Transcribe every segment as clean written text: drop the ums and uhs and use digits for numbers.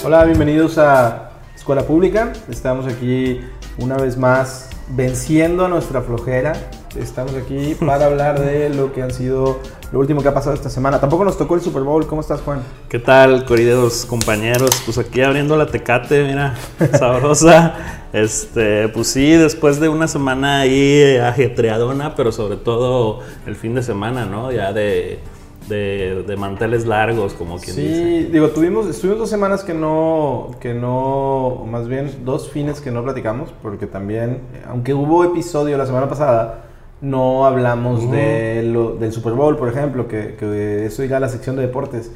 Hola, bienvenidos a Escuela Pública. Estamos aquí una vez más venciendo a nuestra flojera. Estamos aquí para hablar de lo que han sido lo último que ha pasado esta semana. Tampoco nos tocó el Super Bowl. ¿Cómo estás, Juan? ¿Qué tal, queridos compañeros? Pues aquí abriendo la Tecate, mira, sabrosa. Pues sí, después de una semana ahí ajetreadona, pero sobre todo el fin de semana, ¿no? Ya de manteles largos, como quien dice. Sí, digo, estuvimos 2 semanas que no, más bien 2 fines que no platicamos, porque también, aunque hubo episodio la semana pasada, no hablamos del Super Bowl, por ejemplo, que eso irá a la sección de deportes.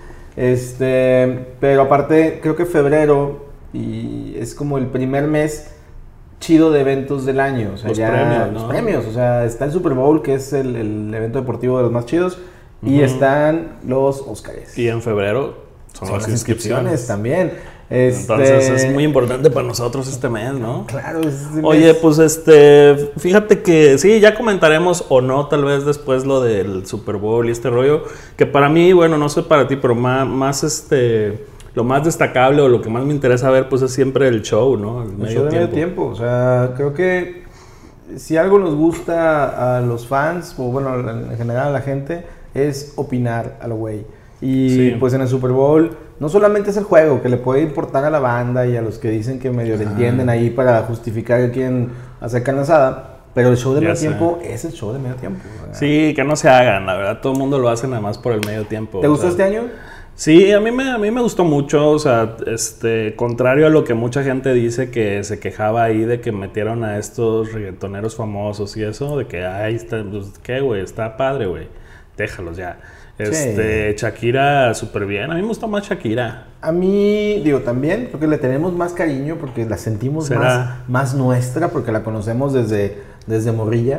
Pero aparte, creo que febrero y es como el primer mes chido de eventos del año. O sea, los premios, o sea, está el Super Bowl, que es el evento deportivo de los más chidos. Y están los Óscares. Y en febrero son las inscripciones también. Entonces es muy importante para nosotros este mes, ¿no? Claro. Oye, pues fíjate que sí, ya comentaremos o no, tal vez después lo del Super Bowl y este rollo, que para mí, bueno, no sé para ti, pero más lo más destacable o lo que más me interesa ver, pues es siempre el show, ¿no? El show de medio tiempo. O sea, creo que si algo nos gusta a los fans, o bueno, en general a la gente, es opinar a lo güey. Y sí, pues en el Super Bowl no solamente es el juego, que le puede importar a la banda y a los que dicen que medio le entienden ahí para justificar que quieren hacer carne asada, pero el show de medio tiempo es el show de medio tiempo, ¿verdad? Sí, que no se hagan, la verdad, todo el mundo lo hace nada más por el medio tiempo. ¿Te gustó este año? Sí, a mí me gustó mucho, o sea, contrario a lo que mucha gente dice, que se quejaba ahí de que metieron a estos reggaetoneros famosos y eso, de que, ay, está, pues, ¿qué, güey? Está padre, güey, déjalos ya. Sí. Shakira, súper bien, a mí me gustó más Shakira. A mí, digo, también, porque le tenemos más cariño, porque la sentimos más nuestra, porque la conocemos desde morrilla.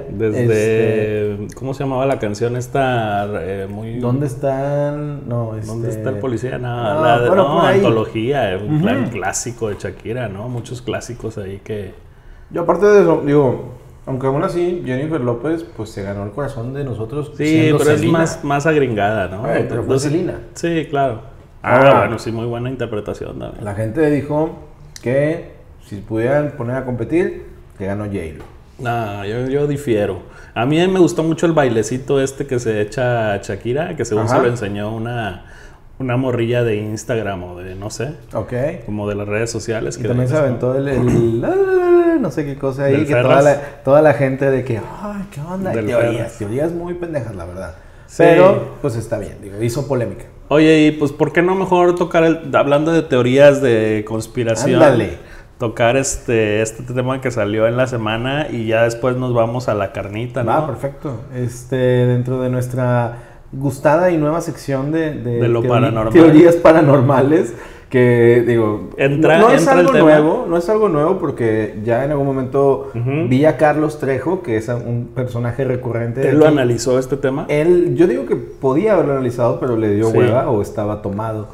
¿Cómo se llamaba la canción esta? ¿Dónde están? ¿Dónde está el policía? Antología, un gran clásico de Shakira, ¿no? Muchos clásicos ahí que... Yo aparte de eso, digo, aunque aún así Jennifer López pues se ganó el corazón de nosotros. Sí, pero Selena es más agringada, ¿no? Pero fue Selena. Sí, claro. Bueno, sí, muy buena interpretación también. La gente dijo que si pudieran poner a competir, que ganó J-Lo. No, yo difiero. A mí me gustó mucho el bailecito que se echa Shakira, que según se lo enseñó una morrilla de Instagram o de, no sé, como de las redes sociales. Y también se aventó el no sé qué cosa ahí, que toda la gente de que, ay, ¿qué onda? Teorías muy pendejas, la verdad. Sí. Pero, pues está bien, digo, hizo polémica. Oye, y pues, ¿por qué no mejor tocar hablando de teorías de conspiración? Ándale. Tocar este tema que salió en la semana y ya después nos vamos a la carnita, ¿no? Perfecto. Dentro de nuestra gustada y nueva sección de lo paranormal. Teorías paranormales, que digo, no es algo nuevo porque ya en algún momento vi a Carlos Trejo, que es un personaje recurrente. ¿Él lo analizó este tema? Yo digo que podía haberlo analizado, pero le dio hueva o estaba tomado.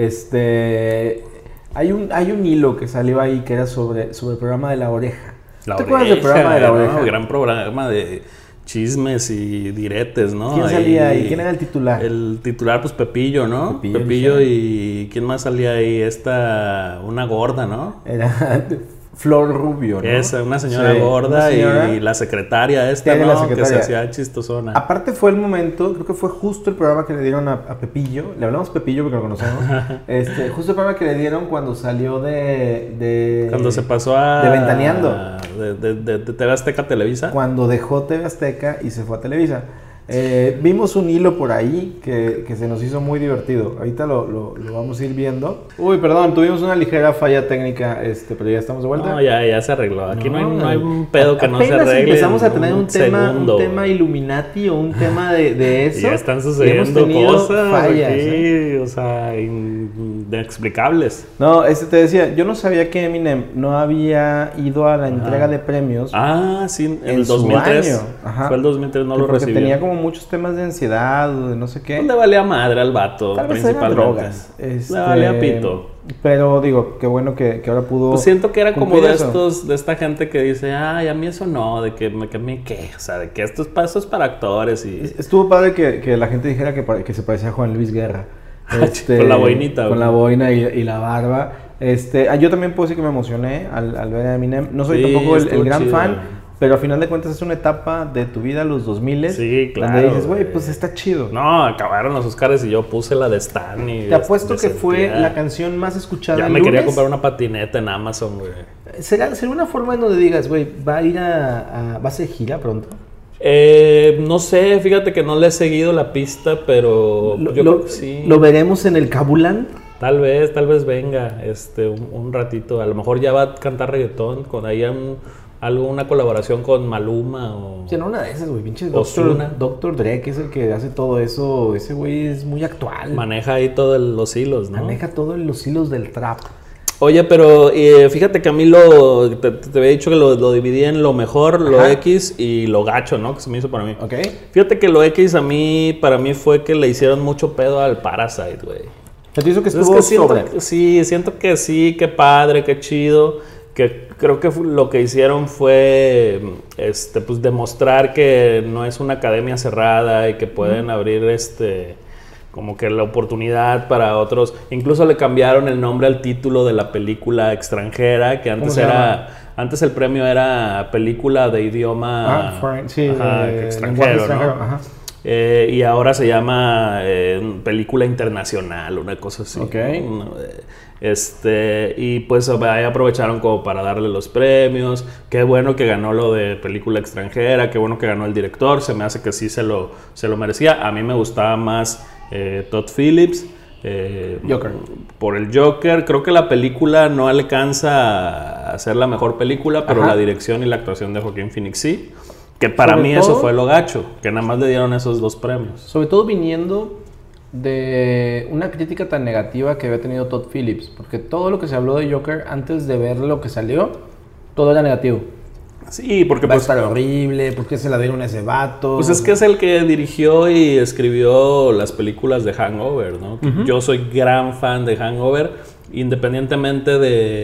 Hay un hilo que salió ahí que era sobre el programa de La Oreja. ¿Te acuerdas del programa de La Oreja? Un gran programa de chismes y diretes, ¿no? ¿Quién salía ahí? ¿Quién era el titular? El titular, pues Pepillo, ¿no? Pepillo y ¿quién más salía ahí? Una gorda, ¿no? Era Flor Rubio, ¿no? Una señora gorda y la secretaria ¿no? Que se hacía chistosona. Aparte fue el momento, creo que fue justo el programa que le dieron a Pepillo. Le hablamos Pepillo porque lo conocemos. Justo el programa que le dieron cuando salió cuando se pasó a... De Ventaneando. De TV Azteca a Televisa. Cuando dejó TV Azteca y se fue a Televisa. Vimos un hilo por ahí que se nos hizo muy divertido. Ahorita lo vamos a ir viendo. Uy, perdón, tuvimos una ligera falla técnica, pero ya estamos de vuelta. No, ya se arregló. Aquí no hay un pedo que no se arregle. Empezamos a tener un tema Illuminati o un tema de eso. Ya están sucediendo cosas fallas, aquí, o sea, inexplicables. No, te decía, yo no sabía que Eminem no había ido a la entrega de premios. Sí, en el 2003. Fue el 2003, no lo recibió. Tenía como muchos temas de ansiedad o de no sé qué. No le valía madre al vato, tal vez principalmente. Drogas. Le valía pito. Pero digo, qué bueno que ahora pudo. Pues siento que era como de esta gente que dice, ay, a mí eso no, de que me qué, o sea, de que esto es para actores y... Estuvo padre que la gente dijera que se parecía a Juan Luis Guerra. Con la boinita. Con la boina y la barba. Yo también puedo decir que me emocioné al ver a Eminem. No soy Sí, tampoco el estuvo gran chido. fan, pero al final de cuentas es una etapa de tu vida, los 2000, Sí, claro, donde dices, güey, güey. pues está chido. No, acabaron los Oscars y yo puse la de Stan y... Te apuesto que fue sentía- la canción más escuchada Ya el me quería lunes. comprar una patineta en Amazon, güey. ¿Será una forma en donde digas, güey, va a ir va a hacer gira pronto? No sé, fíjate que no le he seguido la pista, pero yo creo que sí. ¿Lo veremos en el Kabuland? Tal vez venga un ratito. A lo mejor ya va a cantar reggaetón con ahí una colaboración con Maluma o... Sí, no, una de esas, güey, pinche Ozuna. Dr. Dre, que es el que hace todo eso. Ese güey es muy actual. Maneja ahí todos los hilos, ¿no? Maneja todos los hilos del trap. Oye, pero fíjate que a mí te había dicho que lo dividí en lo mejor, lo Ajá. X y lo gacho, ¿no? Que se me hizo para mí. ¿Ok? Fíjate que lo X para mí fue que le hicieron mucho pedo al Parasite, güey. ¿Te hizo que Es estuvo que siento sobre? siento que sí, qué padre, qué chido. Que creo que lo que hicieron fue pues demostrar que no es una academia cerrada y que pueden abrir como que la oportunidad para otros. Incluso le cambiaron el nombre al título de la película extranjera, que antes se llama? antes el premio era película de idioma Sí, ajá, lenguaje extranjero, ¿no? Ajá. Y ahora se llama película internacional, una cosa así. Ok. ¿No? Y pues ahí aprovecharon como para darle los premios. Qué bueno que ganó lo de película extranjera, qué bueno que ganó el director. Se me hace que sí se lo merecía. A mí me gustaba más Todd Phillips. Joker. Por el Joker. Creo que la película no alcanza a ser la mejor película, pero Ajá. la dirección y la actuación de Joaquín Phoenix sí. Que para Sobre mí todo- eso fue lo gacho, que nada más le dieron esos 2 premios. Sobre todo viniendo de una crítica tan negativa que había tenido Todd Phillips. Porque todo lo que se habló de Joker antes de ver lo que salió, todo era negativo. Sí, porque Va a pues, estar horrible, ¿por qué se la dieron a ese vato? pues es que es el que dirigió y escribió las películas de Hangover, ¿no? Yo soy gran fan de Hangover, independientemente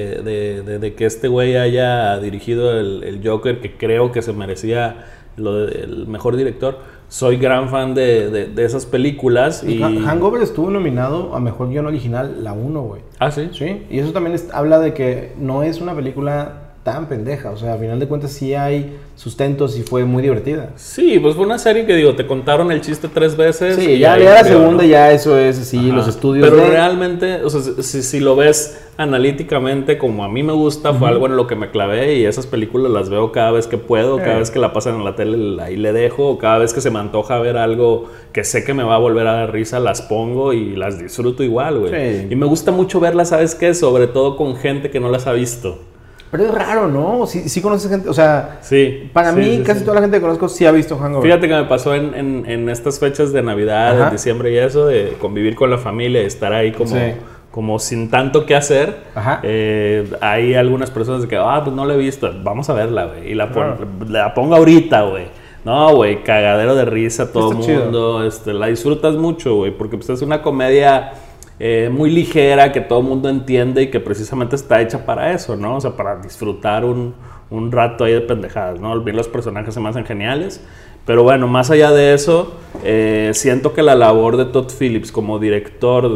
de que este güey haya dirigido el Joker, que creo que se merecía el mejor director. Soy gran fan de esas películas y... Hangover estuvo nominado a Mejor Guión Original, la 1, güey. Ah, ¿sí? Sí, y eso también habla de que no es una película tan pendeja. O sea, a final de cuentas sí hay sustentos y fue muy divertida. Sí, pues fue una serie que digo, te contaron el chiste 3 veces. Sí, y ya ahí la quedó, segunda ¿no? ya eso es así, Ajá. los estudios Pero de... realmente, o sea, si lo ves analíticamente como a mí me gusta, fue algo en lo que me clavé y esas películas las veo cada vez que puedo, cada vez que la pasan en la tele ahí le dejo, o cada vez que se me antoja ver algo que sé que me va a volver a dar risa, las pongo y las disfruto igual, güey. Sí. Y me gusta mucho verlas, ¿sabes qué? Sobre todo con gente que no las ha visto. Pero es raro, ¿no? Sí conoces gente, o sea... Sí. Para sí, mí, sí, casi sí. toda la gente que conozco sí ha visto Hangover. Fíjate que me pasó en estas fechas de Navidad, Ajá. en diciembre y eso, de convivir con la familia y estar ahí como, Sí. como sin tanto que hacer. Ajá. Hay algunas personas de que, pues no la he visto, vamos a verla, güey. Y Claro. la pongo ahorita, güey. No, güey, cagadero de risa todo el Está chido. mundo. La disfrutas mucho, güey, porque pues, es una comedia muy ligera que todo el mundo entiende y que precisamente está hecha para eso, ¿no? O sea, para disfrutar un rato ahí de pendejadas, ¿no? Bien, los personajes se me hacen geniales. Pero bueno, más allá de eso, siento que la labor de Todd Phillips como director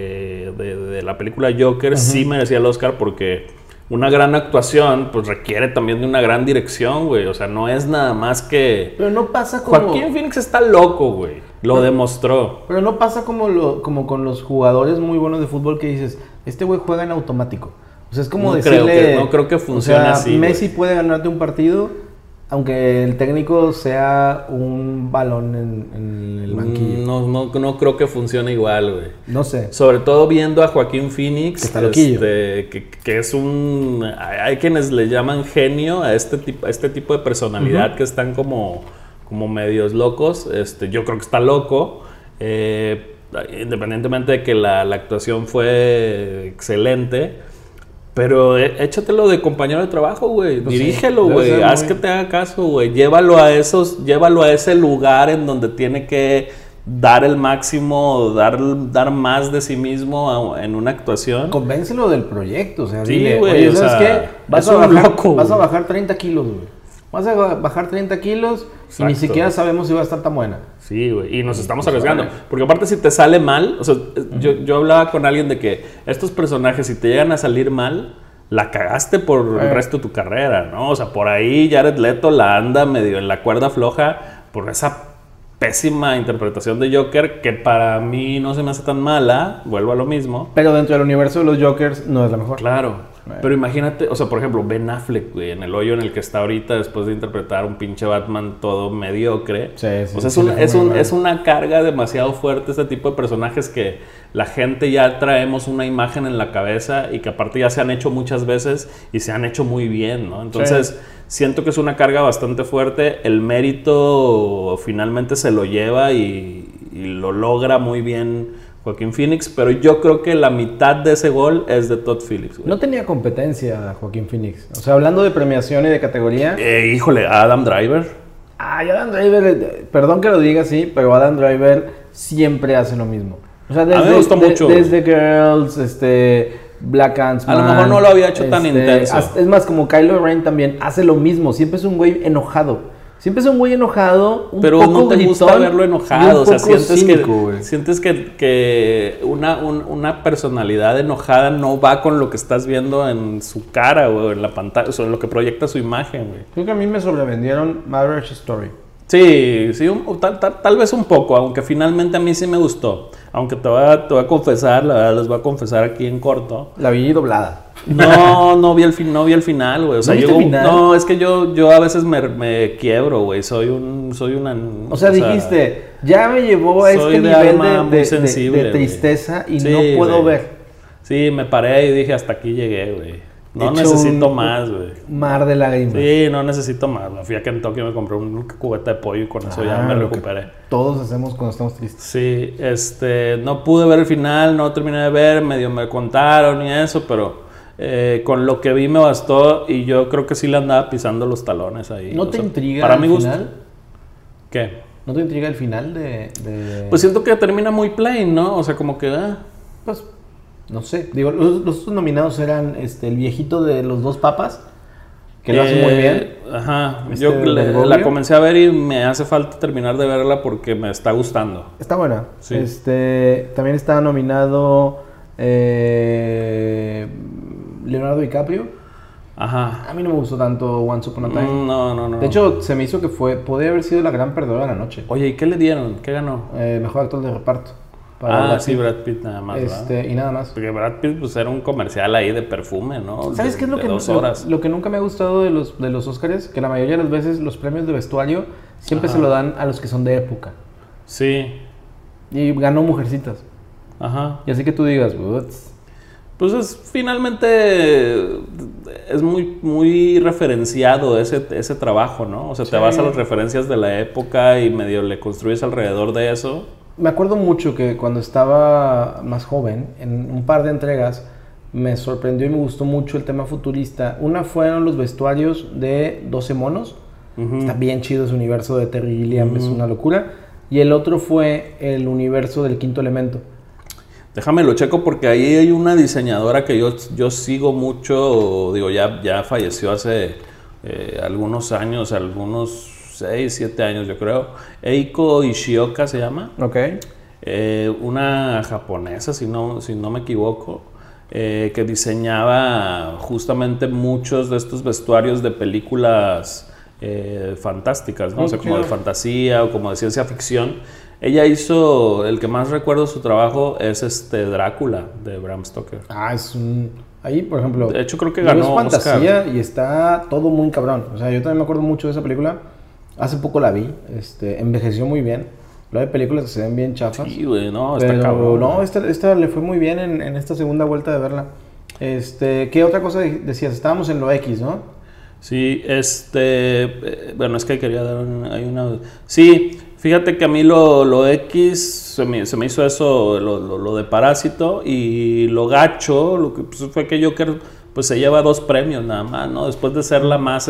de la película Joker sí merecía el Oscar porque una gran actuación pues requiere también de una gran dirección, güey. O sea, no es nada más que... Pero no pasa como... Joaquín Phoenix está loco, güey. Lo demostró. Pero no pasa como con los jugadores muy buenos de fútbol que dices, este güey juega en automático. O sea, es como No decirle... no creo que funcione o sea, así, Messi güey. puede ganarte un partido, aunque el técnico sea un balón en el banquillo. No creo que funcione igual, güey. No sé. Sobre todo viendo a Joaquín Phoenix, Que está loquillo. que es un... Hay quienes le llaman genio a este tipo de personalidad que están como medios locos. Yo creo que está loco. Independientemente de que la actuación fue excelente. Pero échatelo de compañero de trabajo, güey. Pues Dirígelo, sí, debe güey. ser Haz muy- que te haga caso, güey. Llévalo a ese lugar en donde tiene que dar el máximo, dar más de sí mismo en una actuación. Convéncelo del proyecto, o sea, Sí, dile, güey, oye, o ¿sabes sea, qué? Vas es a un bajar, loco, vas a güey. bajar 30 kilos, güey. vas a bajar 30 kilos y ni Exacto. siquiera sabemos si va a estar tan buena. Sí, güey, y nos estamos arriesgando. Porque aparte si te sale mal, o sea, yo hablaba con alguien de que estos personajes, si te llegan a salir mal, la cagaste por el resto de tu carrera, ¿no? O sea, por ahí Jared Leto la anda medio en la cuerda floja por esa pésima interpretación de Joker, que para mí no se me hace tan mala, vuelvo a lo mismo. Pero dentro del universo de los Jokers no es la mejor. Claro. Pero imagínate, o sea, por ejemplo, Ben Affleck, güey, en el hoyo en el que está ahorita después de interpretar un pinche Batman todo mediocre. Sí, sí, o sea, sí, es una carga demasiado fuerte este tipo de personajes que la gente ya traemos una imagen en la cabeza y que aparte ya se han hecho muchas veces y se han hecho muy bien, ¿no? Entonces, siento que es una carga bastante fuerte. El mérito finalmente se lo lleva y lo logra muy bien Joaquín Phoenix, pero yo creo que la mitad de ese gol es de Todd Phillips, güey. No tenía competencia Joaquín Phoenix. O sea, hablando de premiación y de categoría. Híjole, Adam Driver. Ay, Adam Driver, perdón que lo diga así, pero Adam Driver siempre hace lo mismo. O sea, A mí me gustó mucho. Desde Girls, Black Antsman. A lo mejor no lo había hecho tan intenso. Es más, como Kylo Ren también hace lo mismo. Siempre es un güey enojado. Siempre es un güey enojado, pero poco no te gusta gritón verlo enojado, o sea, cínico, sientes que una personalidad enojada no va con lo que estás viendo en su cara o en la pantalla, o sea, en lo que proyecta su imagen, güey. Creo que a mí me sobrevendieron Marriage Story. Sí, tal vez un poco, aunque finalmente a mí sí me gustó. Aunque te voy a confesar, la verdad les voy a confesar aquí en corto. La vi doblada. No vi el final, güey. O sea, ¿No viste el final? No, es que yo a veces me quiebro, güey. Soy una... O sea, dijiste, ya me llevó a este nivel de tristeza y sí, no puedo güey. ver. Sí, me paré y dije, hasta aquí llegué, güey. No Hecho necesito más, güey. Mar de lágrimas. Sí, no necesito más. Me fui a Kentucky y me compré un cubeta de pollo y con eso ya me recuperé. Todos hacemos cuando estamos tristes. Sí, no pude ver el final, no terminé de ver, medio me contaron y eso, pero con lo que vi me bastó y yo creo que sí le andaba pisando los talones ahí. ¿No te intriga para el mi gusto? final? ¿Qué? ¿No te intriga el final de...? Pues siento que termina muy plain, ¿no? O sea, como que... Pues, no sé. Digo, los otros nominados eran el viejito de los dos papas, que lo hace muy bien. Ajá. Yo la comencé a ver y me hace falta terminar de verla porque me está gustando. Está buena. Sí. También está nominado Leonardo DiCaprio. Ajá. A mí no me gustó tanto Once Upon a Time. No. De hecho, se me hizo que podría haber sido la gran perdedora de la noche. Oye, ¿y qué le dieron? ¿Qué ganó? Mejor actor de reparto. Sí, Brad Pitt nada más, ¿verdad? Y nada más. Porque Brad Pitt pues era un comercial ahí de perfume, ¿no? ¿Sabes qué es lo que nunca me ha gustado de los Oscars? Que la mayoría de las veces los premios de vestuario siempre se lo dan a los que son de época. Sí. Y ganó Mujercitas. Ajá. Y así que tú digas, "Uts". Pues finalmente es muy referenciado ese trabajo, ¿no? O sea, te vas a las referencias de la época y medio le construyes alrededor de eso. Me acuerdo mucho que cuando estaba más joven, en un par de entregas, me sorprendió y me gustó mucho el tema futurista. Una fueron los vestuarios de 12 monos. Está bien chido ese universo de Terry Gilliam, es una locura. Y el otro fue el universo del Quinto Elemento. Déjame lo checo porque ahí hay una diseñadora que yo sigo mucho, digo, ya falleció hace algunos años, algunos 6, 7 años yo creo. Eiko Ishioka se llama. Ok. Una japonesa, si no me equivoco, que diseñaba justamente muchos de estos vestuarios de películas fantásticas, ¿no? O sea, como de fantasía o como de ciencia ficción. Ella hizo, el que más recuerdo su trabajo es Drácula de Bram Stoker. Ahí, por ejemplo, de hecho creo que ganó es fantasía Oscar. Y está todo muy cabrón. O sea, yo también me acuerdo mucho de esa película. Hace poco la vi, envejeció muy bien. Lo de películas que se ven bien chafas. Sí, güey, no, está cabrón. No, esta le fue muy bien en esta segunda vuelta de verla. ¿Qué otra cosa decías? Estábamos en lo X, ¿no? Sí, bueno, es que quería dar una... Sí, fíjate que a mí lo X se me hizo eso, lo de Parásito, y lo gacho, lo que pues, fue que Joker pues se lleva 2 premios nada más, ¿no? Después de ser la más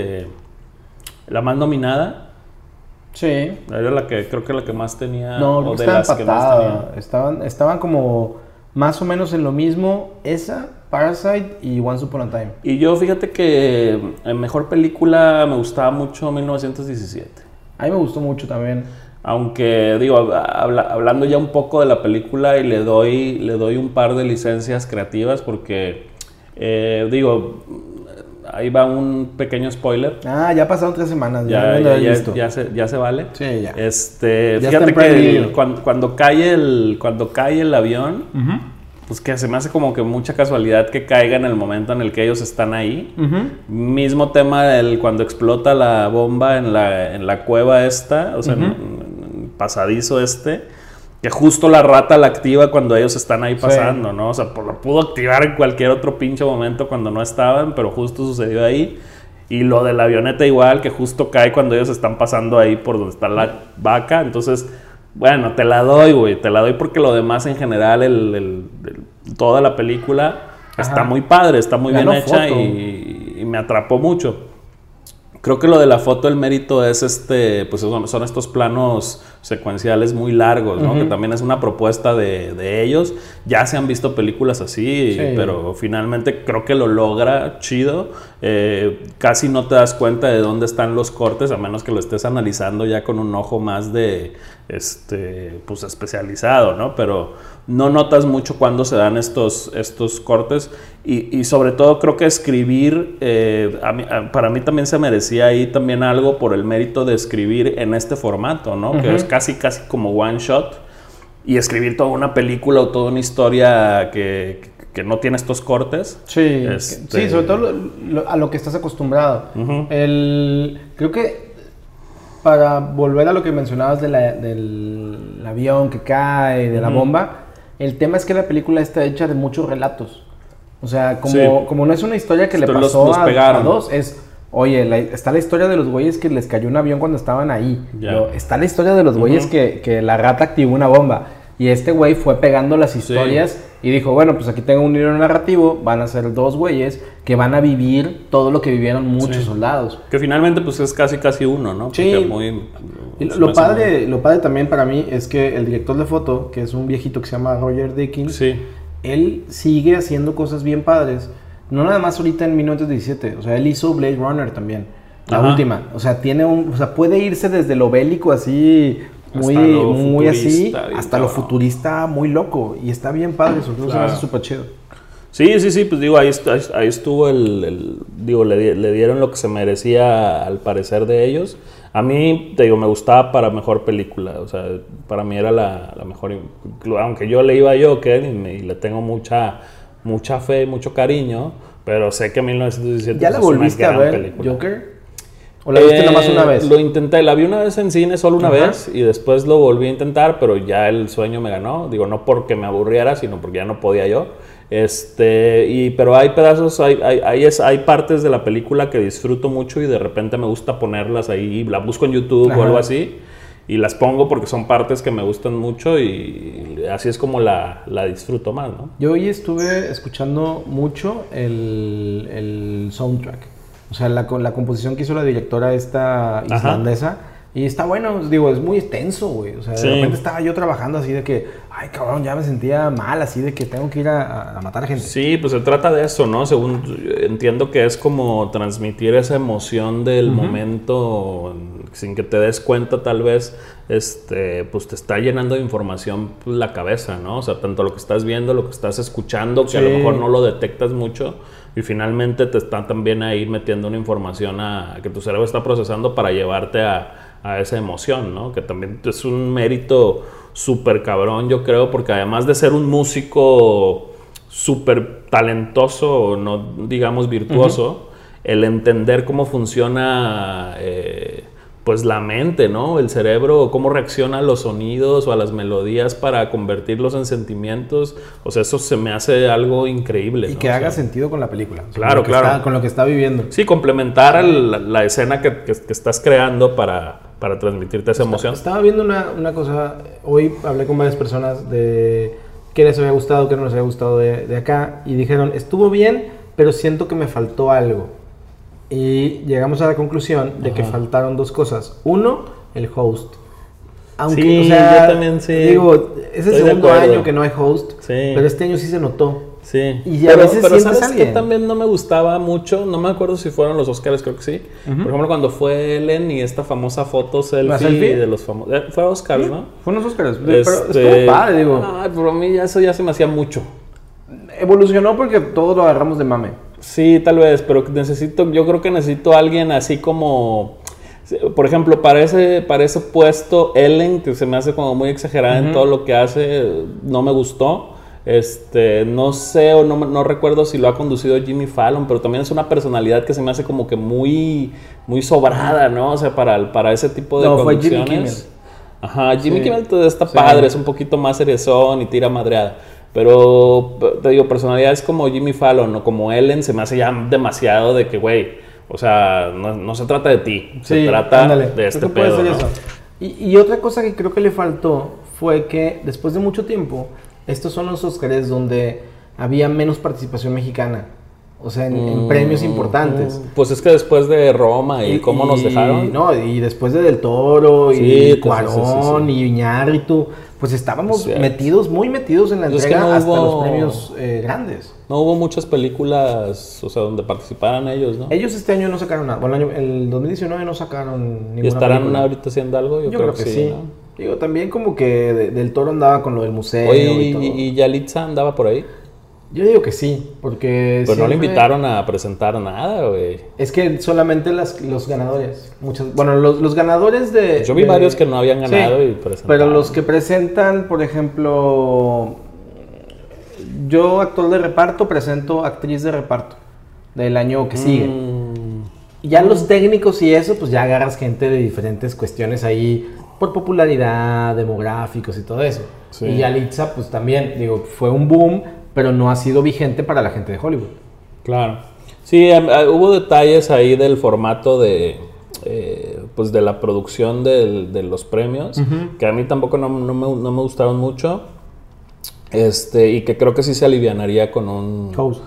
nominada. Sí. Era creo que la que más tenía. No, o de estaba las que más empatada. Estaban como más o menos en lo mismo esa, Parasite y Once Upon a Time. Y yo fíjate que en mejor película me gustaba mucho 1917. A mí me gustó mucho también. Aunque, digo, hablando ya un poco de la película y le doy un par de licencias creativas porque, digo, ahí va un pequeño spoiler. Ya pasaron 3 semanas. Ya se vale. Sí, ya. Ya fíjate que cuando cae el avión, pues que se me hace como que mucha casualidad que caiga en el momento en el que ellos están ahí. Mismo tema cuando explota la bomba en la cueva esta, o sea, pasadizo que justo la rata la activa cuando ellos están ahí pasando, ¿no? O sea, lo pudo activar en cualquier otro pinche momento cuando no estaban, pero justo sucedió ahí. Y lo de la avioneta igual, que justo cae cuando ellos están pasando ahí por donde está la vaca. Entonces, bueno, te la doy, güey. Te la doy porque lo demás en general, toda la película está muy padre, está muy bien hecha y me atrapó mucho. Creo que lo de la foto, el mérito es pues son estos planos secuenciales muy largos, ¿no? Que también es una propuesta de ellos. Ya se han visto películas así, pero finalmente creo que lo logra chido. Casi no te das cuenta de dónde están los cortes, a menos que lo estés analizando ya con un ojo más pues especializado, ¿no? Pero no notas mucho cuando se dan estos cortes y sobre todo creo que escribir, para mí también se merecía ahí también algo por el mérito de escribir en este formato, ¿no? Que es casi como one shot y escribir toda una película o toda una historia que no tiene estos cortes. Sí, sí, sobre todo a lo que estás acostumbrado. Creo que para volver a lo que mencionabas del avión que cae, de la bomba, el tema es que la película está hecha de muchos relatos. O sea, como no es una historia que le pasó a dos, oye, está la historia de los güeyes que les cayó un avión cuando estaban ahí. Está la historia de los güeyes que la rata activó una bomba. Y este güey fue pegando las historias y dijo, bueno, pues aquí tengo un hilo narrativo, van a ser 2 güeyes que van a vivir todo lo que vivieron muchos soldados. Que finalmente pues es casi uno, ¿no? Sí. Lo padre también para mí es que el director de foto, que es un viejito que se llama Roger Deakins, él sigue haciendo cosas bien padres. No nada más ahorita en 1917, o sea, él hizo Blade Runner también, la última. O sea, puede irse desde lo bélico así, muy así, hasta lo futurista, muy loco. Y está bien padre, eso se me hace súper chido. Sí, pues digo, ahí estuvo digo, le dieron lo que se merecía al parecer de ellos. A mí, te digo, me gustaba para mejor película, o sea, para mí era la mejor, aunque yo le iba a Joker y le tengo mucha fe, mucho cariño, pero sé que 1917 ¿Ya la volviste a ver, película. Joker? ¿O la viste nomás una vez? Lo intenté, la vi una vez en cine, solo una vez, y después lo volví a intentar, pero ya el sueño me ganó. Digo, no porque me aburriera, sino porque ya no podía yo. Pero hay pedazos, hay partes de la película que disfruto mucho y de repente me gusta ponerlas ahí, la busco en YouTube o algo así, y las pongo porque son partes que me gustan mucho y así es como la disfruto más, ¿no? Yo hoy estuve escuchando mucho el soundtrack. O sea, la composición que hizo la directora esta islandesa. Y está bueno, digo, es muy extenso, güey. O sea, de repente estaba yo trabajando así de que, ay, cabrón, ya me sentía mal, así de que tengo que ir a matar gente. Sí, pues se trata de eso, ¿no? Según entiendo que es como transmitir esa emoción del momento sin que te des cuenta, tal vez, pues te está llenando de información la cabeza, ¿no? O sea, tanto lo que estás viendo, lo que estás escuchando, que a lo mejor no lo detectas mucho. Y finalmente te están también ahí metiendo una información que tu cerebro está procesando para llevarte a esa emoción, ¿no? Que también es un mérito súper cabrón, yo creo, porque además de ser un músico súper talentoso, no digamos virtuoso, el entender cómo funciona pues la mente, ¿no? El cerebro, cómo reacciona a los sonidos o a las melodías para convertirlos en sentimientos. O sea, eso se me hace algo increíble. Y que haga sentido con la película. Claro, con lo que está viviendo. Sí, complementar la escena que estás creando para transmitirte esa emoción. Estaba viendo una cosa, hoy hablé con varias personas de qué les había gustado, qué no les había gustado de acá, y dijeron, estuvo bien, pero siento que me faltó algo. Y llegamos a la conclusión de que faltaron 2 cosas. Uno, el host. Aunque, Sí, o sea, yo también sí. Digo, es el Estoy de segundo acuerdo. año que no hay host, Sí. pero este año sí se notó. Sí, Y a veces pero sientes ¿sabes a qué alguien? también no me gustaba mucho? No me acuerdo si fueron los Oscars, creo que sí. Por ejemplo, cuando fue Ellen y esta famosa foto ¿La selfie selfie? de los famosos... Fue Oscars, ¿no? Fue unos Oscars, pero Este, estuvo padre, digo. Ay, pero a mí eso ya se me hacía mucho. Evolucionó porque todos lo agarramos de mame. Sí, tal vez, pero yo creo que necesito a alguien así como... Por ejemplo, para ese puesto, Ellen, que se me hace como muy exagerada en todo lo que hace, no me gustó. No sé o no recuerdo si lo ha conducido Jimmy Fallon, pero también es una personalidad que se me hace como que muy, muy sobrada, ¿no? O sea, para ese tipo de conducciones. Fue Jimmy Kimmel. Ajá, Jimmy Sí. Kimmel está Sí. padre, es un poquito más seriezón y tira madreada. Pero te digo, personalidades como Jimmy Fallon o como Ellen se me hace ya demasiado de que, güey, o sea, no se trata de ti, se trata ándale. de este Creo que puede pedo, ser ¿no? eso. Y otra cosa que creo que le faltó fue que después de mucho tiempo, estos son los Óscares donde había menos participación mexicana. O sea, en premios importantes. Pues es que después de Roma y cómo nos dejaron. No, y después de Del Toro Sí, y sí, Cuarón sí. y Iñárritu, pues estábamos Cierto. muy metidos en la Pues es que entrega no hasta hubo- los premios grandes. No hubo muchas películas, o sea, donde participaran ellos, ¿no? Ellos este año no sacaron nada. Bueno, el 2019 no sacaron ninguna ¿Y estarán película. ahorita haciendo algo? Yo creo que sí. ¿no? Digo, también como que Del Toro andaba con lo del museo Oye, y todo. ¿y Yalitza andaba por ahí? Yo digo que sí, porque Pero no le siempre- invitaron a presentar nada, güey. Es que solamente los ganadores. Bueno, los ganadores de... Yo vi varios que no habían ganado Sí, y presentaron. pero los que presentan, por ejemplo... Yo, actor de reparto, presento actriz de reparto del año que sigue. Y ya los técnicos y eso, pues ya agarras gente de diferentes cuestiones ahí por popularidad, demográficos y todo eso. Sí. Y Yalitza, pues también, digo, fue un boom, pero no ha sido vigente para la gente de Hollywood. Claro. Sí, hubo detalles ahí del formato pues de la producción de los premios, que a mí tampoco no me gustaron mucho. Y que creo que sí se alivianaría con un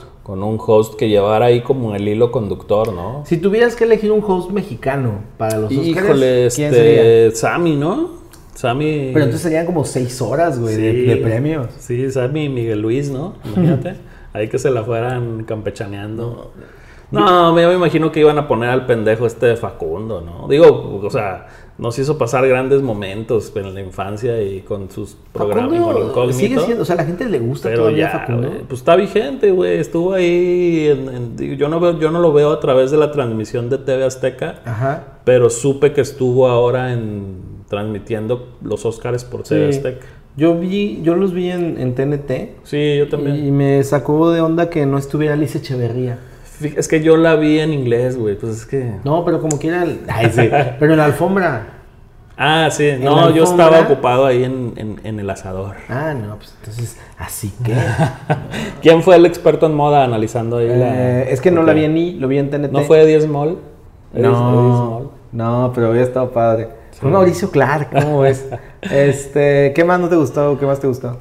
host que llevara ahí como el hilo conductor, ¿no? Si tuvieras que elegir un host mexicano para los Oscars, Híjole, ¿quién sería? Sammy, ¿no? Sammy. Pero entonces serían como 6 horas, güey, Sí. de premios. Sí, Sammy y Miguel Luis, ¿no? Imagínate. Ahí que se la fueran campechaneando. No, me imagino que iban a poner al pendejo este de Facundo, ¿no? Digo, o sea, nos hizo pasar grandes momentos en la infancia y con sus programas con Facundo Incógnito. sigue siendo, o sea, a la gente le gusta Pero todavía ya, Facundo. güey, pues está vigente, güey. Estuvo ahí. Digo, yo no lo veo a través de la transmisión de TV Azteca, Ajá. pero supe que estuvo ahora transmitiendo los Óscares por TV Sí. Azteca. Yo los vi en TNT. Sí, yo también. Y me sacó de onda que no estuviera Alicia Echeverría. Es que yo la vi en inglés, güey. Pues es que. No, pero como quiera. Ay, sí. Pero en la alfombra. Ah, sí. ¿En No, la yo alfombra? estaba ocupado ahí en el asador. Ah, no, pues entonces, así que. ¿Quién fue el experto en moda analizando ahí Es que no Ok. la vi lo vi en TNT. ¿No fue Eddie Small? Eddie Small. No, pero había estado padre. Fue Mauricio Clark, ¿cómo ves? ¿Qué más no te gustó? ¿Qué más te gustó?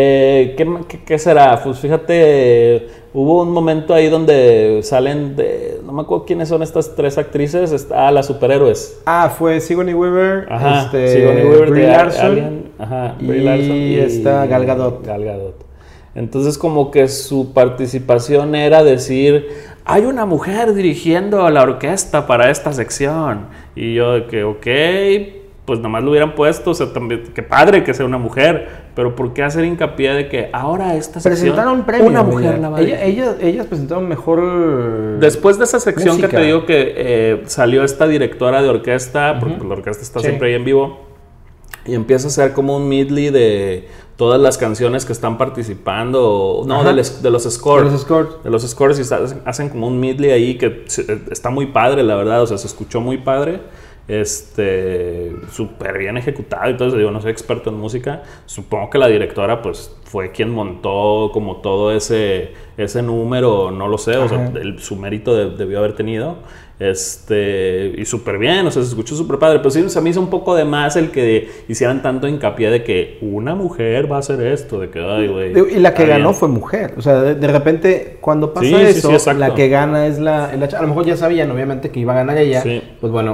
¿Qué será? Pues fíjate, hubo un momento ahí donde salen no me acuerdo quiénes son estas 3 actrices, las superhéroes. Ah, fue Sigourney Weaver, Ajá, Sigourney Weaver Brie de Larson, Alien, ajá, y Brie Larson está Gal Gadot. Gal Gadot. Entonces como que su participación era decir, hay una mujer dirigiendo la orquesta para esta sección. Y yo de que, ok, pues nomás lo hubieran puesto, o sea, también, qué padre que sea una mujer, pero ¿por qué hacer hincapié de que ahora esta sección Presentaron premios. una mujer la va a dirigir? Ellas presentaron mejor. Después de esa sección música. que te digo que salió esta directora de orquesta, porque la orquesta está Sí. siempre ahí en vivo, y empieza a ser como un medley de todas las canciones que están participando, no, Ajá. de los scores. De los scores. De los scores, y hacen como un medley ahí que está muy padre, la verdad, o sea, se escuchó muy padre. Súper bien ejecutado y todo eso. Digo, no soy experto en música. Supongo que la directora pues fue quien montó como todo ese número, no lo sé, o sea, su mérito debió haber tenido. Y súper bien, o sea, se escuchó súper padre. Pero sí, se me hizo un poco de más el que hicieran tanto hincapié de que una mujer va a hacer esto, de que, ay, güey. Y la que está ganó bien. fue mujer. O sea, de repente, cuando pasa Sí, sí, eso, sí, exacto. la que gana es a lo mejor ya sabían, obviamente, que iba a ganar ella. Sí. Pues bueno,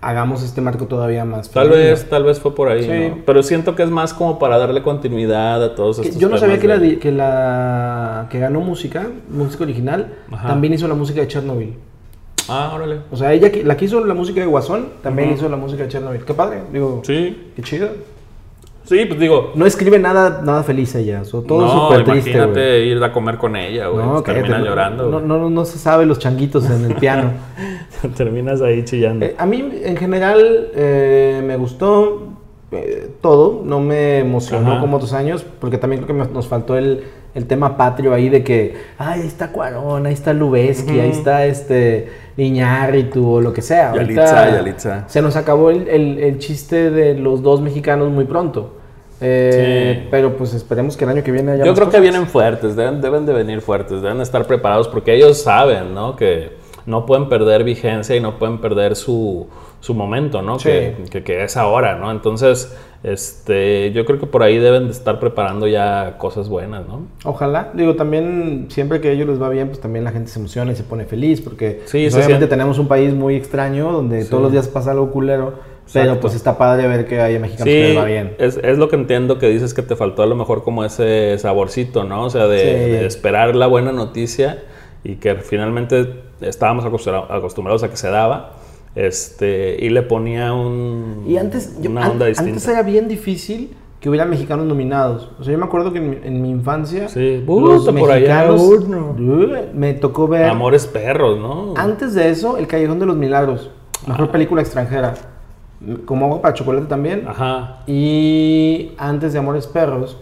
hagamos este marco todavía más Tal femenino. vez fue por ahí, Sí. ¿no? Pero siento que es más como para darle continuidad a todos estos Yo no sabía temas que ganó música original, Ajá. también hizo la música de Chernobyl. Ah, órale. O sea, ella, la que hizo la música de Guasón, también hizo la música de Chernobyl. Qué padre, digo, Sí. qué chido. Sí, pues digo... No escribe nada feliz ella, todo No, súper triste, imagínate güey. ir a comer con ella, güey. No, Termina cállate, llorando, güey. no se sabe los changuitos en el piano. Terminas ahí chillando. A mí, en general, me gustó todo. No me emocionó Ajá. como otros años, porque también creo que nos faltó el tema patrio ahí de que, ay, ahí está Cuarón, ahí está Lubeski, ahí está Iñárritu o lo que sea. Yalitza. Se nos acabó el chiste de los dos mexicanos muy pronto. Sí. Pero pues esperemos que el año que viene haya Yo más creo que cosas. vienen fuertes, deben de venir fuertes, deben de estar preparados porque ellos saben, ¿no? Que no pueden perder vigencia y no pueden perder su momento, ¿no? Sí. Que es ahora, ¿no? Entonces, yo creo que por ahí deben de estar preparando ya cosas buenas, ¿no? Ojalá, digo, también siempre que a ellos les va bien, pues también la gente se emociona y se pone feliz, porque Sí, pues, se obviamente siente. tenemos un país muy extraño donde todos los días pasa algo culero, pero Exacto. pues está padre ver que hay mexicanos que les va bien. es lo que entiendo que dices que te faltó a lo mejor como ese saborcito, ¿no? O sea, Sí. de esperar la buena noticia y que finalmente estábamos acostumbrados a que se daba, y le ponía Y antes, una onda distinta. antes era bien difícil que hubiera mexicanos nominados. O sea, yo me acuerdo que en mi infancia, Sí, los por allá, mexicanos, me tocó ver, Amores Perros, ¿no? antes de eso, El Callejón de los Milagros, mejor película extranjera, como Agua para Chocolate también. Ajá. Y antes de Amores Perros,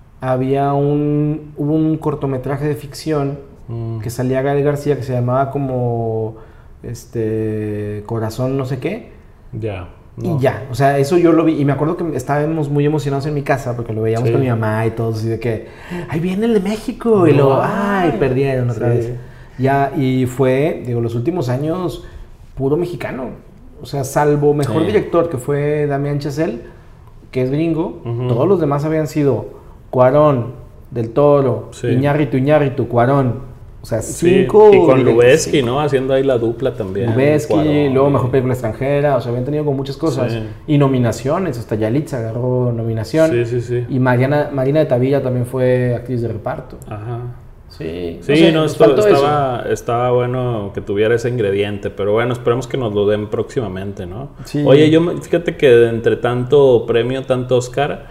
hubo un cortometraje de ficción que salía Gael García que se llamaba como Corazón no sé qué. Ya. Y ya, o sea, eso yo lo vi y me acuerdo que estábamos muy emocionados en mi casa porque lo veíamos Sí. con mi mamá y todos así de que, ¡ay, viene el de México! Y luego, ¡ay, perdieron otra Sí. vez! Ya, y fue, digo, los últimos años, puro mexicano. O sea, salvo mejor Sí. director, que fue Damián Chazelle, que es gringo, Ujú. todos los demás habían sido Cuarón, Del Toro, Sí. Iñárritu, Cuarón. O sea, Sí, 5. y con Lubeski, ¿no? Haciendo ahí la dupla también. Lubeski, Cuarón, luego y- mejor película extranjera, o sea, habían tenido con muchas cosas. Sí. Y nominaciones, hasta Yalitza agarró nominación. Sí. Y Marina de Tavira también fue actriz de reparto. Ajá. Sí, Sí, sé, no, nos faltó estaba bueno que tuviera ese ingrediente, pero bueno, esperemos que nos lo den próximamente, ¿no? Sí. Oye, fíjate que entre tanto premio, tanto Oscar,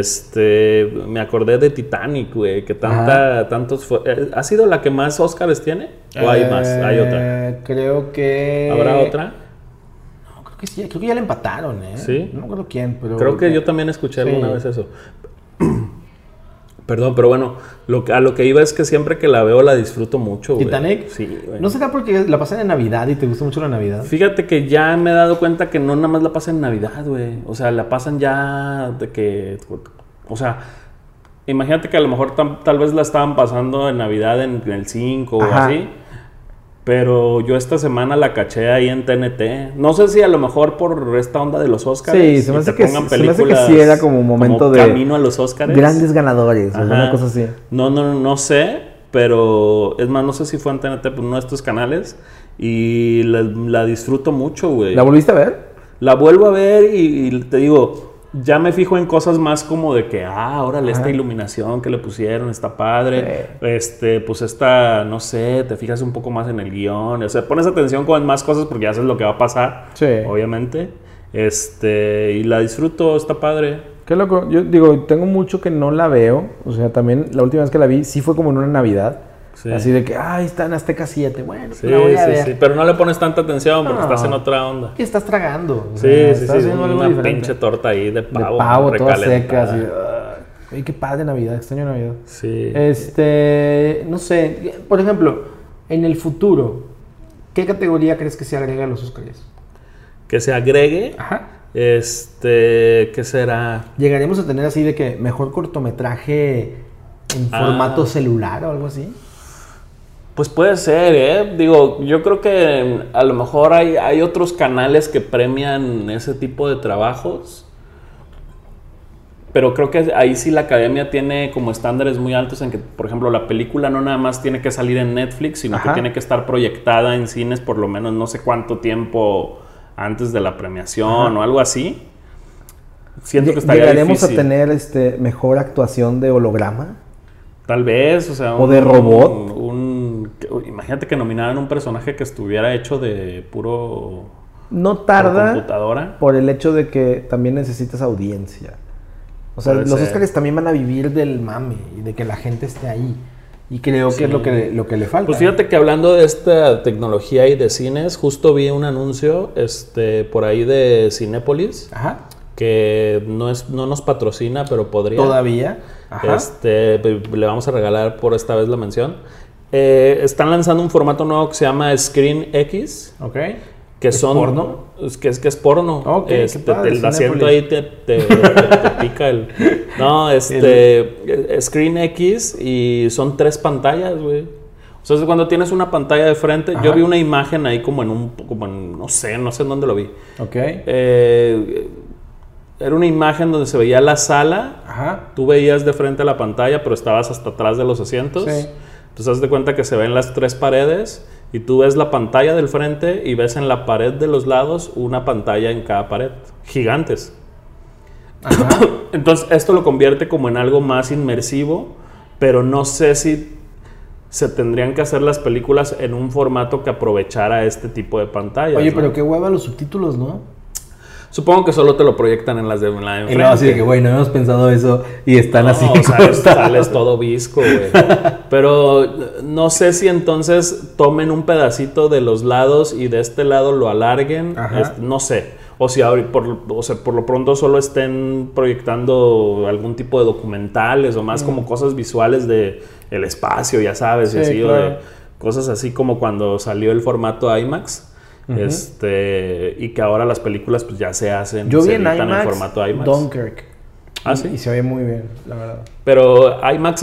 me acordé de Titanic, güey, que tantos ¿ha sido la que más Oscars tiene? ¿O hay más? ¿Hay otra? Creo que... ¿Habrá otra? No, creo que sí, creo que ya la empataron, ¿eh? ¿Sí? No me acuerdo quién, pero... Creo que yo también escuché Sí. alguna vez eso. Perdón, pero bueno, a lo que iba es que siempre que la veo la disfruto mucho, güey. ¿Titanic? Sí, güey. ¿No será porque la pasan en Navidad y te gusta mucho la Navidad? Fíjate que ya me he dado cuenta que no nada más la pasan en Navidad, güey. O sea, la pasan ya de que... O sea, imagínate que a lo mejor tal vez la estaban pasando en Navidad en el 5 o Ajá. así. Pero yo esta semana la caché ahí en TNT. No sé si a lo mejor por esta onda de los Oscars. Sí, se me hace que sí era como un momento de... camino a los Oscars. Grandes ganadores, Ajá. alguna cosa así. No sé, pero es más, no sé si fue en TNT, pero uno de estos canales. Y la disfruto mucho, güey. ¿La volviste a ver? La vuelvo a ver y te digo, ya me fijo en cosas más como de que, órale, esta iluminación que le pusieron está padre. Pues esta, no sé, te fijas un poco más en el guión. O sea, pones atención con más cosas porque ya sabes lo que va a pasar, Sí. obviamente. Y la disfruto, está padre. Qué loco. Yo digo, tengo mucho que no la veo. O sea, también la última vez que la vi sí fue como en una Navidad. Sí. Así de que, está en Azteca 7. Bueno, Sí, la voy a ver. sí, pero no le pones tanta atención porque No. estás en otra onda. Y estás tragando. o Sí, sea, sí, estás haciendo algo una diferente. pinche torta ahí de De pavo. pavo, toda seca. recalentada. Así. Ay, qué padre Navidad, extraño Navidad. Sí. No sé, por ejemplo, en el futuro, ¿qué categoría crees que se agrega a los Oscars? Que se agregue, Ajá. ¿qué será? ¿Llegaremos a tener así de que mejor cortometraje en formato celular o algo así? Pues puede ser, ¿eh? Digo, yo creo que a lo mejor hay otros canales que premian ese tipo de trabajos. Pero creo que ahí sí la academia tiene como estándares muy altos en que, por ejemplo, la película no nada más tiene que salir en Netflix, sino Ajá. que tiene que estar proyectada en cines por lo menos no sé cuánto tiempo antes de la premiación o algo así. Siento que estaría ¿Llegaremos difícil. a tener mejor actuación de holograma? Tal vez, o sea... ¿O de robot? Imagínate que nominaran un personaje que estuviera hecho de puro... No tarda por computadora. por el hecho de que también necesitas audiencia. O sea, Puede los ser. Oscars también van a vivir del mame y de que la gente esté ahí. Y creo que es lo que le falta. Pues fíjate que hablando de esta tecnología y de cines, justo vi un anuncio por ahí de Cinépolis, Ajá. que no nos patrocina, pero podría. Todavía. Ajá. Le vamos a regalar por esta vez la mención. Están lanzando un formato nuevo que se llama Screen X. Ok. Que ¿Es son porno? Que es porno. Ok, qué padre, el asiento Cinépolis. ahí te pica el... No, Screen X y son 3 pantallas, güey. O sea, es cuando tienes una pantalla de frente. Ajá. Yo vi una imagen ahí como en no sé en dónde lo vi. Ok. Era una imagen donde se veía la sala. Ajá. Tú veías de frente a la pantalla, pero estabas hasta atrás de los asientos. Sí. Entonces, haz de cuenta que se ven las 3 paredes y tú ves la pantalla del frente y ves en la pared de los lados una pantalla en cada pared. Gigantes. Ajá. Entonces, esto lo convierte como en algo más inmersivo, pero no sé si se tendrían que hacer las películas en un formato que aprovechara este tipo de pantallas. Oye, ¿no? pero qué hueva los subtítulos, ¿no? Supongo que solo te lo proyectan en las de la de Y enfrente. no, así de que, güey, no hemos pensado eso y están No, así. sales todo visco, güey. Pero no sé si entonces tomen un pedacito de los lados y de este lado lo alarguen. Ajá. No sé. O si por lo pronto solo estén proyectando algún tipo de documentales o más como cosas visuales de el espacio, ya sabes, y Sí, así, claro. o de cosas así como cuando salió el formato IMAX. Y que ahora las películas pues ya se hacen, Yo vi se en editan IMAX, en formato IMAX. Dunkirk. Ah, ¿sí? Y se ve muy bien, la verdad. Pero IMAX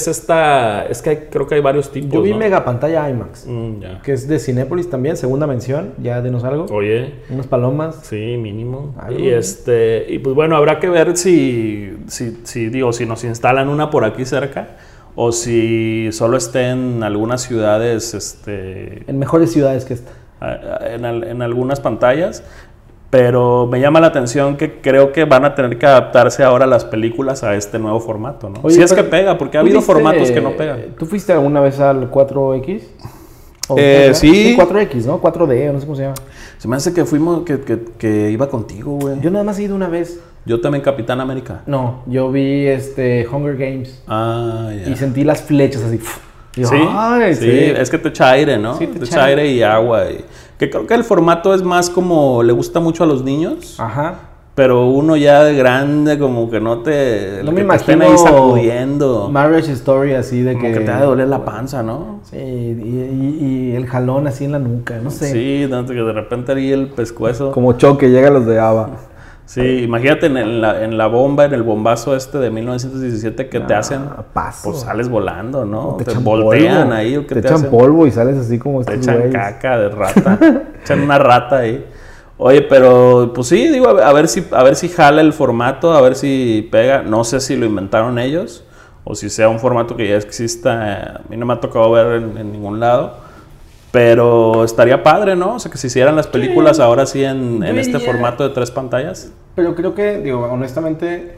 es que creo que hay varios tipos, Yo vi ¿no? mega pantalla IMAX, Ya. que es de Cinépolis también, segunda mención, ya denos algo. Oye, Unas palomas. sí, mínimo. Algo, Y y pues bueno, habrá que ver si nos instalan una por aquí cerca o si solo esté en algunas ciudades, En mejores ciudades que esta. en algunas pantallas. Pero me llama la atención que creo que van a tener que adaptarse ahora las películas a este nuevo formato, ¿no? Oye, Si es que pero pega, porque ha ¿tú habido viste- formatos que no pegan. ¿Tú fuiste alguna vez al 4X? ¿O Sí. 4X, ¿no? 4D, no sé cómo se llama. Se me hace que que iba contigo, güey. Yo nada más he ido una vez. Yo también Capitán América. No, yo vi Hunger Games Ah, ya. y sentí las flechas así. Y yo, Sí, "Ay, sí, es que te echa aire, ¿no? Sí, te echa aire y agua. Que creo que el formato es más como le gusta mucho a los niños, Ajá. pero uno ya de grande como que no te... No que me te estén imagino ahí sacudiendo. Marriage Story así de Como que... que te ha de doler la panza, ¿no? Sí, y el jalón así en la nuca, no sé. Sí, que de repente ahí el pescuezo. Como choque, llega los de Ava. Sí, imagínate en la bomba, en el bombazo de 1917 que te hacen, paso. pues sales volando, ¿no? Te Te echan voltean polvo. ahí o que te te echan hacen. polvo y sales así como Te estos echan güeyes. caca de rata. Echan una rata ahí. Oye, pero pues sí, digo, a ver si jala el formato, a ver si pega. No sé si lo inventaron ellos o si sea un formato que ya exista. A mí no me ha tocado ver en ningún lado. Pero estaría padre, ¿no? O sea, que se hicieran las películas ahora sí en este diría- formato de 3 pantallas. Pero creo que, digo, honestamente,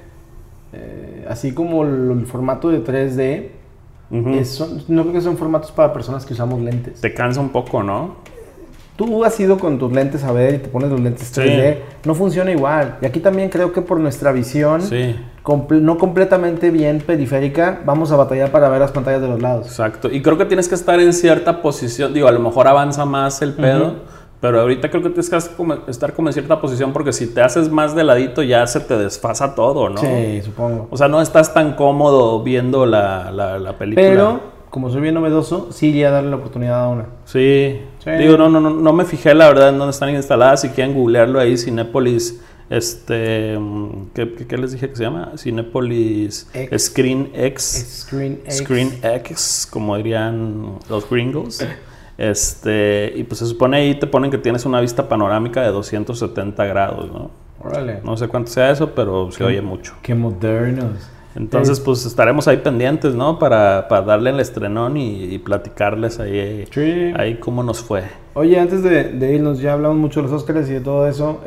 así como el formato de 3D, Ujú. no creo que son formatos para personas que usamos lentes. Te cansa un poco, ¿no? Tú has ido con tus lentes a ver y te pones los lentes 3D, no funciona igual. Y aquí también creo que por nuestra visión, Sí, no completamente bien periférica, vamos a batallar para ver las pantallas de los lados. exacto. Y creo que tienes que estar en cierta posición. Digo, a lo mejor avanza más el pedo, pero ahorita creo que tienes que estar como en cierta posición porque si te haces más de ladito ya se te desfasa todo, ¿no? Sí, supongo. O sea, no estás tan cómodo viendo la película. Pero, como soy bien novedoso, sí iría a darle la oportunidad a una. Sí. Sí. Digo, no me fijé la verdad en dónde están instaladas. Si quieren googlearlo ahí, Cinépolis, ¿qué les dije que se llama? Cinépolis X. Screen X. Screen X, como dirían los gringos. Y pues se supone ahí te ponen que tienes una vista panorámica de 270 grados, ¿no? Órale. No sé cuánto sea eso, pero se oye mucho. Qué modernos. Entonces, pues estaremos ahí pendientes, ¿no? Para darle el estrenón y platicarles ahí, Sí. ahí cómo nos fue. Oye, antes de irnos, ya hablamos mucho de los Oscars y de todo eso.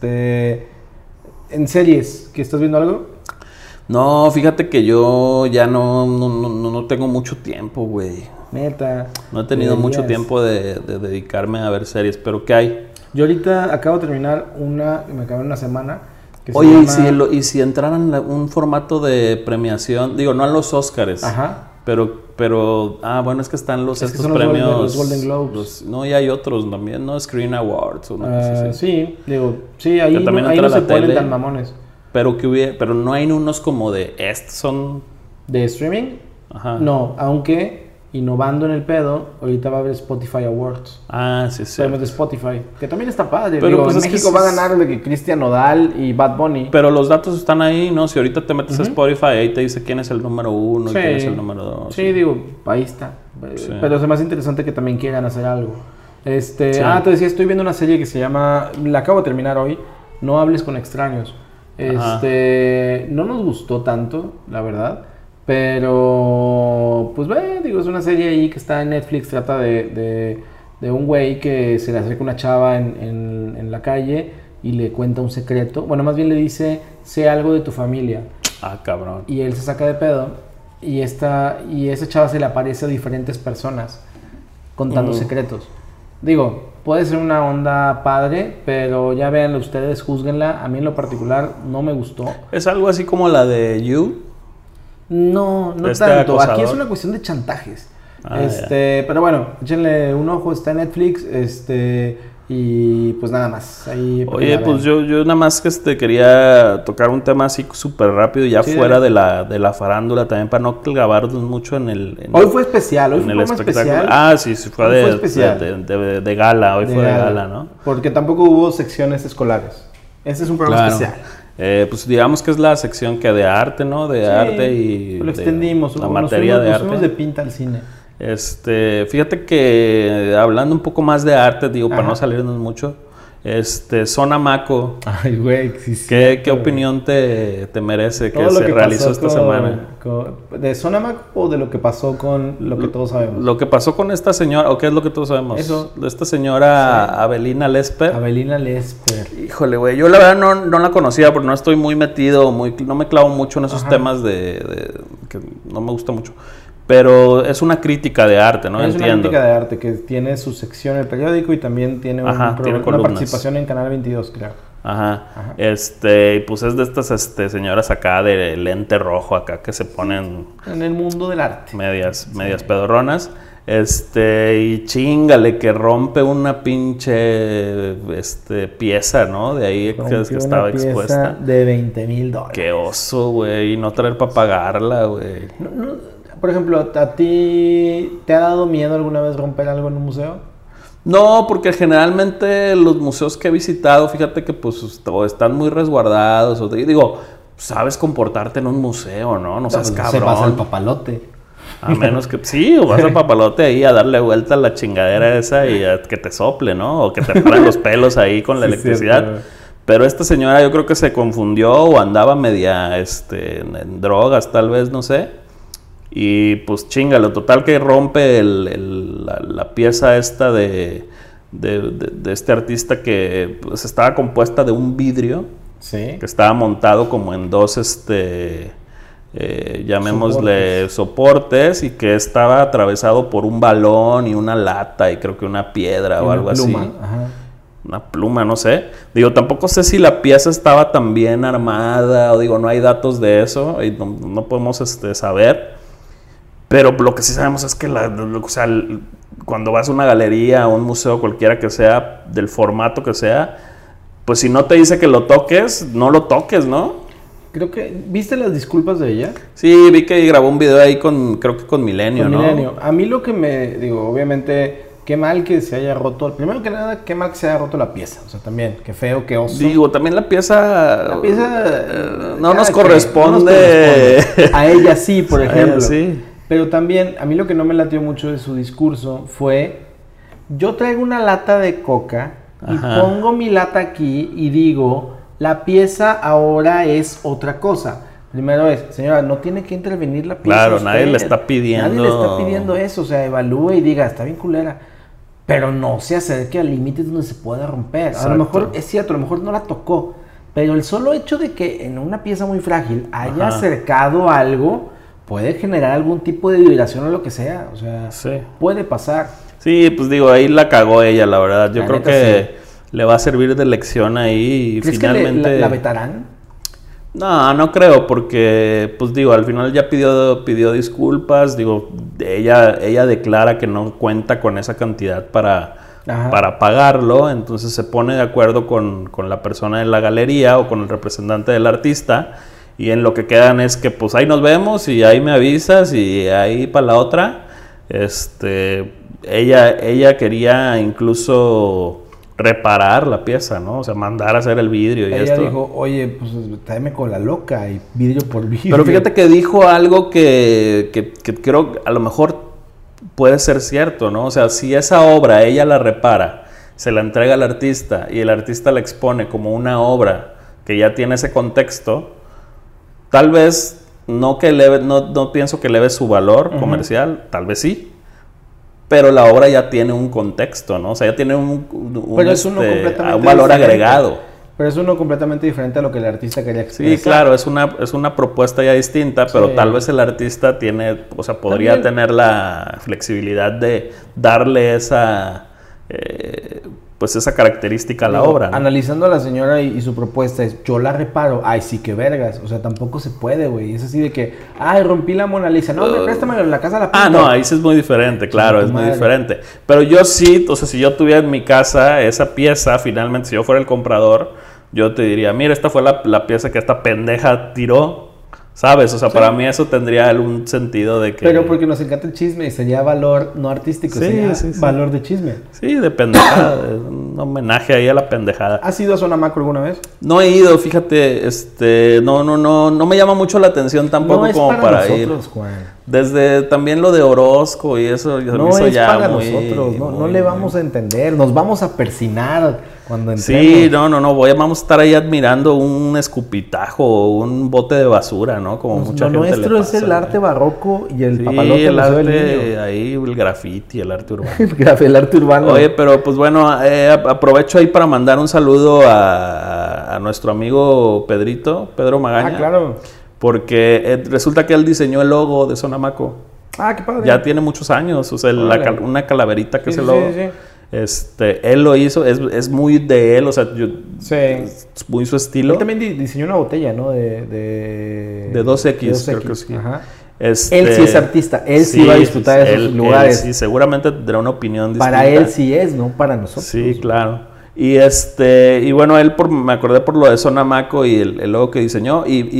En series, ¿que estás viendo algo? No, fíjate que yo ya no tengo mucho tiempo, güey. Neta. No he tenido mucho tiempo de dedicarme a ver series, pero ¿qué hay? Yo ahorita acabo de terminar me acabé una semana. Que se Oye, llama... y si entraran un formato de premiación, digo, no a los Oscars, Ajá. pero, bueno, es que están estos son premios. los Golden Globes. No, y hay otros también, ¿no? Screen Awards, una cosa así. Sí, sí, ahí también no se la ponen tele. tan mamones. Pero no hay unos como de estos son. ¿De streaming? Ajá. No, aunque innovando en el pedo, ahorita va a haber Spotify Awards. Ah, sí. Premios de Spotify, que también está padre. Pero pues en México va a ganar de que Cristian Nodal y Bad Bunny. Pero los datos están ahí, ¿no? Si ahorita te metes a Spotify, ahí te dice quién es el número 1 y quién es el número 2. Sí, digo, ahí está. Sí. Pero es más interesante que también quieran hacer algo. Sí. Te decía, estoy viendo una serie que se llama, la acabo de terminar hoy, No hables con extraños. No nos gustó tanto, la verdad. Pero, pues digo, es una serie ahí que está en Netflix, trata de un güey que se le acerca una chava en la calle y le cuenta un secreto. Bueno, más bien le dice, sé algo de tu familia. Ah, cabrón. Y él se saca de pedo y esa chava se le aparece a diferentes personas contando secretos. Digo, puede ser una onda padre, pero ya véanlo ustedes, júzguenla. A mí en lo particular no me gustó. ¿Es algo así como la de You? No tanto. Acosador. Aquí es una cuestión de chantajes. Pero bueno, échenle un ojo, está en Netflix, y pues nada más. Ahí Oye, pues yo nada más que quería tocar un tema así súper rápido, ya fuera de la farándula también, para no grabarnos mucho en el... Hoy fue especial, hoy fue el espectáculo. Especial. Ah, sí, fue de gala, hoy fue de gala, ¿no? Porque tampoco hubo secciones escolares. Este es un programa especial. Pues digamos que es la sección que de arte, ¿no? De arte y... Lo extendimos. La materia de arte. Nos fuimos de pinta al cine. Fíjate que hablando un poco más de arte, digo, para no salirnos mucho, Zona Maco. Ay, güey, sí. ¿Qué opinión te merece que se realizó esta semana? ¿De Zona Maco o de lo que pasó con lo que todos sabemos? Lo que pasó con esta señora, ¿o qué es lo que todos sabemos? Eso. De esta señora Avelina Lesper. Avelina Lesper. Híjole, güey, yo la verdad no la conocía porque no estoy muy metido, no me clavo mucho en esos temas que no me gusta mucho. Pero es una crítica de arte, ¿no? Una crítica de arte que tiene su sección en el periódico y también tiene una participación en Canal 22, creo. Ajá. Pues es de estas señoras acá de lente rojo acá que se ponen... En el mundo del arte. Medias pedorronas. Y chingale que rompe una pinche pieza, ¿no? De ahí que estaba expuesta. De $20,000. Qué oso, güey. Y no traer para pagarla, güey. Por ejemplo, ¿a ti te ha dado miedo alguna vez romper algo en un museo? No, porque generalmente los museos que he visitado, fíjate que pues están muy resguardados. Digo, sabes comportarte en un museo, ¿no? No seas cabrón. Se pasa el papalote. A menos que sí, o vas al papalote ahí a darle vuelta a la chingadera esa y a que te sople, ¿no? O que te paran los pelos ahí con la electricidad. Cierto. Pero esta señora yo creo que se confundió o andaba media en drogas, tal vez, no sé. Y pues chingalo, total que rompe la pieza esta de este artista que pues, estaba compuesta de un vidrio. Sí. Que estaba montado como en dos llamémosle soportes y que estaba atravesado por un balón y una lata y creo que una piedra o algo así. Ajá. Una pluma, no sé. Digo, tampoco sé si la pieza estaba tan bien armada o digo, no hay datos de eso y no podemos saber. Pero lo que sí sabemos es que cuando vas a una galería o un museo cualquiera que sea, del formato que sea, pues si no te dice que lo toques, no lo toques, ¿no? Creo que... ¿Viste las disculpas de ella? Sí, vi que grabó un video ahí creo que con Milenio, ¿no? Milenio. A mí lo que digo, obviamente, qué mal que se haya roto... Primero que nada, qué mal que se haya roto la pieza. O sea, también, qué feo, qué oso. Digo, también la pieza no nos corresponde. A ella sí, por ejemplo. A ella sí. Pero también, a mí lo que no me latió mucho de su discurso fue... Yo traigo una lata de coca y pongo mi lata aquí y digo... La pieza ahora es otra cosa. Primero es, señora, no tiene que intervenir la pieza. Claro, nadie le está pidiendo. Nadie le está pidiendo eso, o sea, evalúe y diga, está bien culera. Pero no se acerque a límites donde se pueda romper. Exacto. A lo mejor, es cierto, a lo mejor no la tocó. Pero el solo hecho de que en una pieza muy frágil haya acercado algo, puede generar algún tipo de vibración o lo que sea. O sea, puede pasar. Sí, pues digo, ahí la cagó ella, la verdad. Yo creo que le va a servir de lección ahí. Y ¿crees finalmente que la vetarán? No creo, porque, pues digo, al final ya pidió disculpas. Digo, ella declara que no cuenta con esa cantidad para pagarlo, entonces se pone de acuerdo con la persona de la galería o con el representante del artista, y en lo que quedan es que pues ahí nos vemos y ahí me avisas y ahí para la otra. Ella quería incluso reparar la pieza, ¿no? O sea, mandar a hacer el vidrio y ella esto. Dijo, oye, pues tráeme con la loca y vidrio por vidrio. Pero fíjate que dijo algo que creo a lo mejor puede ser cierto, ¿no? O sea, si esa obra ella la repara, se la entrega al artista y el artista la expone como una obra que ya tiene ese contexto, tal vez no pienso que eleve su valor comercial, tal vez sí, pero la obra ya tiene un contexto, ¿no? O sea, ya tiene un valor agregado. Pero es uno completamente diferente a lo que el artista quería expresar. Sí, claro, es una propuesta ya distinta, pero tal vez el artista podría tener la flexibilidad de darle esa característica a la obra, ¿no? Analizando a la señora y su propuesta es, yo la reparo, ay, sí que vergas, o sea, tampoco se puede, güey, es así de que, ay, rompí la Mona Lisa, no, préstamelo en la casa la pinto. No, ahí sí es muy diferente, claro, es muy diferente, pero yo sí, o sea, si yo tuviera en mi casa esa pieza, finalmente, si yo fuera el comprador, yo te diría, mira, esta fue la pieza que esta pendeja tiró, ¿sabes? O sea, para mí eso tendría algún sentido de que... Pero porque nos encanta el chisme, sería valor no artístico, sería valor de chisme. Sí, de pendejada, un homenaje ahí a la pendejada. ¿Has ido a Zona Macro alguna vez? No he ido, fíjate, no me llama mucho la atención tampoco como para ir. Juan. Desde también lo de Orozco y eso, no es ya para nosotros, no le vamos a entender, nos vamos a persinar cuando entremos. Sí, vamos a estar ahí admirando un escupitajo o un bote de basura, ¿no? Como mucha gente le pasa. Lo nuestro es el arte barroco y el papalote el arte, ahí el graffiti, el arte urbano. El arte urbano. Oye, pero pues bueno, aprovecho ahí para mandar un saludo a nuestro amigo Pedro Magaña. Ah, claro. Porque resulta que él diseñó el logo de Sonamaco. Ah, qué padre. Ya tiene muchos años, o sea, una calaverita que es el logo. Él lo hizo, es muy de él, o sea, es muy su estilo. Él también diseñó una botella, ¿no? De 2X, creo que sí. Ajá. Él sí es artista, él sí va a disfrutar de esos lugares. Sí, seguramente tendrá una opinión distinta. Para él sí es, no para nosotros. Sí, claro. Y bueno, me acordé por lo de Sonamaco y el logo que diseñó.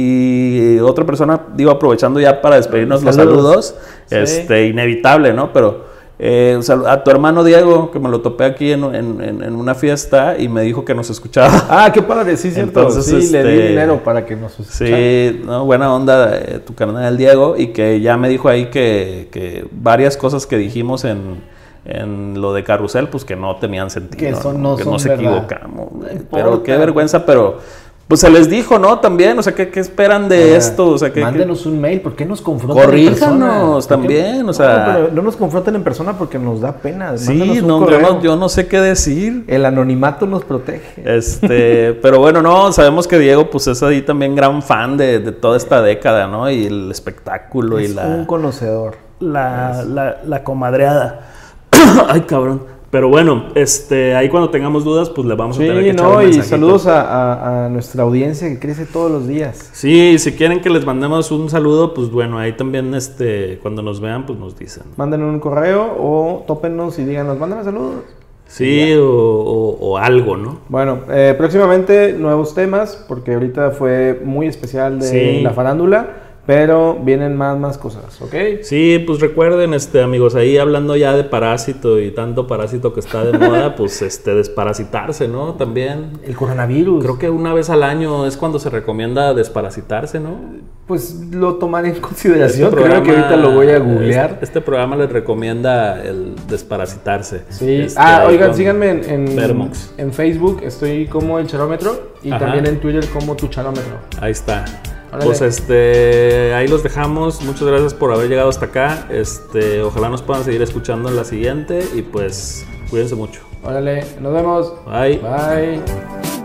Y otra persona, digo, aprovechando ya para despedirnos los saludos. Inevitable, ¿no? Pero a tu hermano Diego, que me lo topé aquí en una fiesta y me dijo que nos escuchaba. Ah, qué padre, sí, cierto. Entonces, le di dinero para que nos escuchara. Sí, no, buena onda tu carnal Diego, y que ya me dijo ahí que varias cosas que dijimos en lo de Carrusel, pues que no tenían sentido, que nos equivocamos. Pero qué vergüenza, pero pues se les dijo, ¿no? También, o sea, ¿qué esperan de esto? O sea, mándenos un mail, ¿por qué nos confrontan corríjanos en persona? También, o sea... No, pero no nos confronten en persona porque nos da pena. Sí, yo no sé qué decir. El anonimato nos protege. Pero bueno, no, sabemos que Diego, pues es ahí también gran fan de toda esta década, ¿no? Y el espectáculo es un conocedor. La comadreada. Ay, cabrón. Pero bueno, ahí cuando tengamos dudas, pues le vamos a tener que echar un mensajito. Y saludos a nuestra audiencia que crece todos los días. Sí, si quieren que les mandemos un saludo, pues bueno, ahí también cuando nos vean, pues nos dicen. Manden un correo o tópenos y díganos, mándame saludos. Sí, o algo, ¿no? Bueno, próximamente nuevos temas, porque ahorita fue muy especial de la farándula. Pero vienen más cosas, ¿ok? Sí, pues recuerden, amigos, ahí hablando ya de parásito y tanto parásito que está de moda, pues desparasitarse, ¿no? También. El coronavirus. Creo que una vez al año es cuando se recomienda desparasitarse, ¿no? Pues lo tomaré en consideración. Creo que ahorita lo voy a googlear. Este programa les recomienda el desparasitarse. Sí. Oigan, síganme en Facebook, estoy como El Charómetro, y también en Twitter como Tu Charómetro. Ahí está. Pues ahí los dejamos. Muchas gracias por haber llegado hasta acá. Ojalá nos puedan seguir escuchando en la siguiente y pues cuídense mucho. Órale, nos vemos. Bye. Bye.